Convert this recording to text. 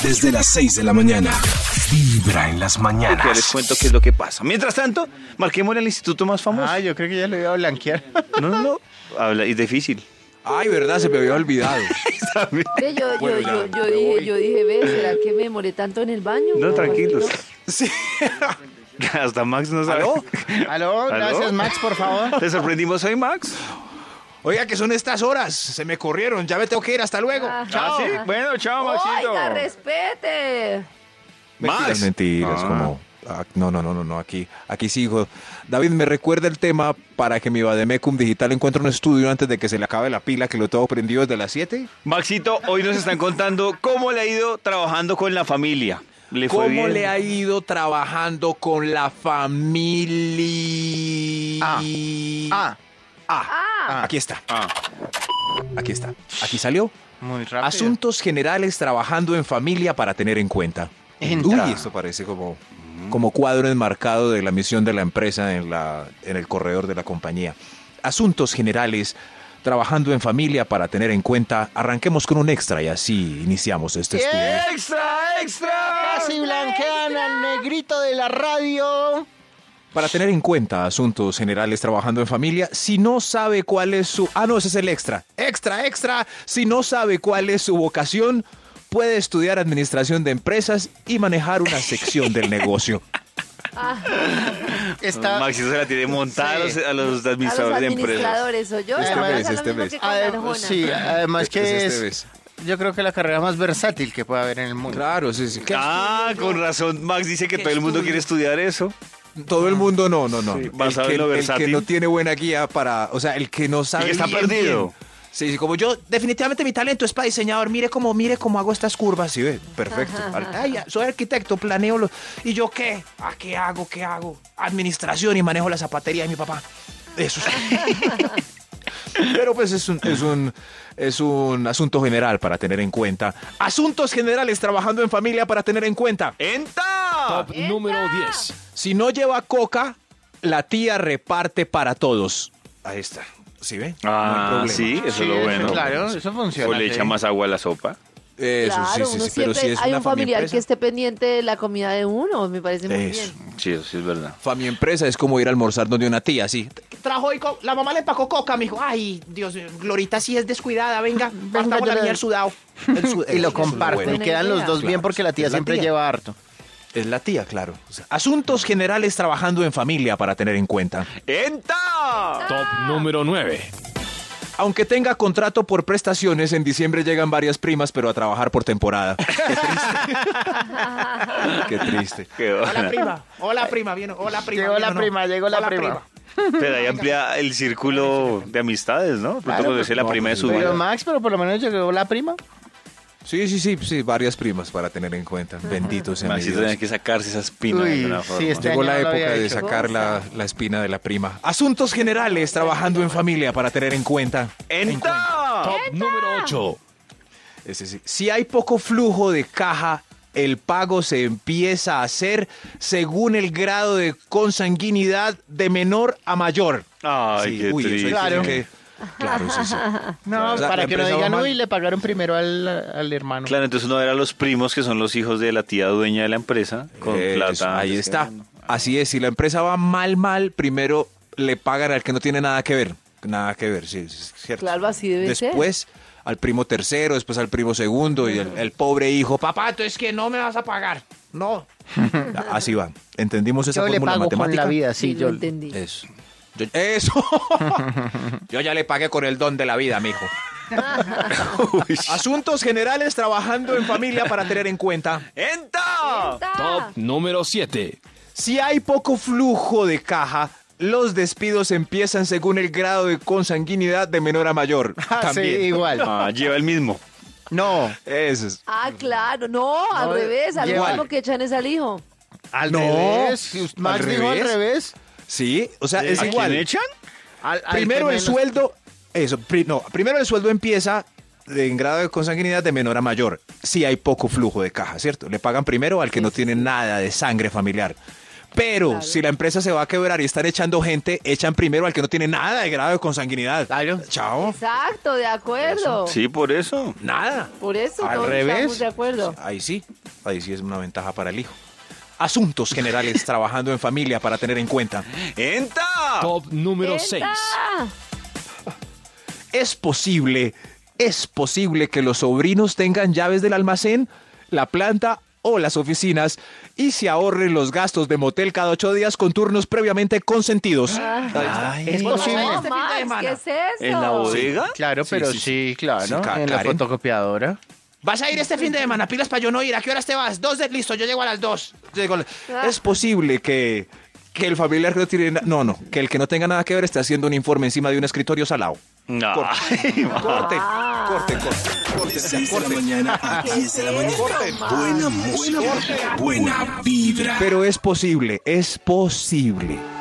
Desde las 6 de la mañana. Vibra en las Ya mañanas. les cuento qué es lo que pasa. Mientras tanto, marquemos el instituto más famoso. Ah, yo creo que ya lo iba a blanquear. No. Habla, es difícil. Ay, verdad, se me había olvidado. Ve, Bueno, ya, yo dije, ve, ¿será que me demoré tanto en el baño? No, tranquilos. Sí. Hasta Max no sabe. ¿Aló? Gracias, Max, por favor. ¿Te sorprendimos hoy, Max? Oiga, que son estas horas. Se me corrieron. Ya me tengo que ir. Hasta luego. ¿Ah, sí? Bueno, chao, Maxito. Oiga, respete. Max. Mentiras, como... No, aquí sigo. David, ¿me recuerda el tema para que mi Bademecum Digital encuentre un estudio antes de que se le acabe la pila, que lo tengo prendido desde las 7? Maxito, hoy nos están contando cómo le ha ido trabajando con la familia. ¿Le fue ¿Cómo bien? le ha ido trabajando con la familia? Aquí está. Aquí está. Aquí salió. Muy rápido. Asuntos generales trabajando en familia para tener en cuenta. Entra. Uy, esto parece como cuadro enmarcado de la misión de la empresa en el corredor de la compañía. Asuntos generales trabajando en familia para tener en cuenta. Arranquemos con un extra y así iniciamos este estudio. ¡Extra! Casi blanquean al negrito de la radio. Para tener en cuenta asuntos generales trabajando en familia, si no sabe cuál es su... Ah, no, ese es el extra. Extra. Si no sabe cuál es su vocación, puede estudiar administración de empresas y manejar una sección del negocio. Está... Maxito se la tiene montada Sí. a los A los administradores de empresas. administradores, ¿o yo? Este Me mes, pasa lo este mismo mes. que con la Arjona. Sí, además que Este es... mes. Yo creo que la carrera más versátil que puede haber en el mundo. Claro, sí. Ah, con razón. Max dice que todo el mundo quiere estudiar eso. Todo el mundo no. Sí, basado el, en lo que, el versátil. que no tiene buena guía para... O sea, el que no sabe El que está bien, perdido. bien. Sí, como yo, definitivamente mi talento es para diseñador. Mire cómo hago estas curvas. Sí, ve, perfecto. Ay, soy arquitecto, planeo los... ¿Y yo qué? ¿Qué hago? Administración y manejo la zapatería de mi papá. Eso sí. Pero pues es un asunto general para tener en cuenta. Asuntos generales trabajando en familia para tener en cuenta. ¡Enta! Top número 10. Si no lleva coca, la tía reparte para todos. Ahí está. ¿Sí ve? No hay Ah, problema. sí, eso Sí, es lo bueno. Claro, eso funciona. O le sí. echa más agua a la sopa. Eso, Claro, sí. uno Pero siempre si es hay una un familiar empresa, que esté pendiente de la comida de uno, me parece muy Eso. bien. Sí, eso sí es verdad. Empresa es como ir a almorzar donde una tía, sí. Trajo hoy, la mamá le empacó coca, mijo. Ay, Dios, Glorita sí es descuidada, venga. Partamos yo la le- niña el sudado. Y lo Eso es comparten bueno. y quedan los dos Claro, bien porque la tía es la siempre tía. lleva harto. Es la tía, claro. O sea, asuntos generales trabajando en familia para tener en cuenta. ¡Enta! Top número 9. Aunque tenga contrato por prestaciones, en diciembre llegan varias primas, pero a trabajar por temporada. Qué triste. Qué Hola, buena. prima. Hola, prima. Bien, hola, prima. Llegó ¿bien la o no? prima, llegó la Hola, prima. Pero ahí amplía el círculo de amistades, ¿no? Pronto Claro, conoce la no, prima de pues, su Pero vida. Max, pero por lo menos llegó la prima. Sí, varias primas para tener en cuenta. Bendito sea mi Maxito Dios. tenía que sacarse esa espina de Uy, alguna sí, forma. este Llegó año la no lo época había de hecho. sacar la espina de la prima. Asuntos generales trabajando en familia para tener en cuenta. ¡Enta! Top número 8. Es decir, si hay poco flujo de caja, el pago se empieza a hacer según el grado de consanguinidad de menor a mayor. Ay, Sí, qué eso hay triste. Claro. Claro, sí. No, O sea, para la que no empresa digan, va mal. uy, le pagaron primero al hermano. Claro, entonces uno era los primos que son los hijos de la tía dueña de la empresa con Eso, plata. ahí antes está. que- Así es, si la empresa va mal, primero le pagan al que no tiene nada que ver. Nada que ver, sí, es cierto. Claro, así debe ser. Después al primo tercero, después al primo segundo y el pobre hijo. Papá, entonces que no me vas a pagar. No. Así va. ¿Entendimos esa Yo le fórmula pago con matemática? la vida, Sí, sí, lo yo. entendí. Eso. Eso. Yo ya le pagué con el don de la vida, mijo. Asuntos generales trabajando en familia para tener en cuenta. ¡Enta! Top número 7. Si hay poco flujo de caja, los despidos empiezan según el grado de consanguinidad de menor a mayor. Ah, sí, También. igual. Ah, lleva el mismo. No, Eso es. Claro, no, al No, revés, al igual. mismo que echan es al hijo. al No, revés. Max al dijo al revés. revés. Sí, o sea, es ¿A igual. quién echan? Al Primero que el menos- sueldo, primero el sueldo empieza en grado de consanguinidad de menor a mayor, si hay poco flujo de caja, ¿cierto? Le pagan primero al que no tiene nada de sangre familiar. Pero Claro. si la empresa se va a quebrar y están echando gente, echan primero al que no tiene nada de grado de consanguinidad. Claro. Chao. Exacto, de acuerdo. Sí, por eso. Nada. Por eso Al todos revés. estamos de acuerdo. Ahí sí es una ventaja para el hijo. Asuntos generales trabajando en familia para tener en cuenta. ¡Enta! Top número 6. ¡Enta! Es posible que los sobrinos tengan llaves del almacén, la planta o las oficinas y se ahorren los gastos de motel cada 8 días con turnos previamente consentidos. Es posible. No, Este fin de Max, semana. ¿qué es eso? ¿En la bodega? Claro, Sí, pero sí, sí, claro. Sí, en la Karen. fotocopiadora. Vas a ir este fin de semana, pilas para yo no ir. ¿A qué horas te vas? Listo, yo llego a las 2. Es posible que el familiar que no tiene... que el que no tenga nada que ver esté haciendo un informe encima de un escritorio salado. No. Corten. 6 de la mañana a 10 de la mañana. Buena música, buena vibra. Pero es posible.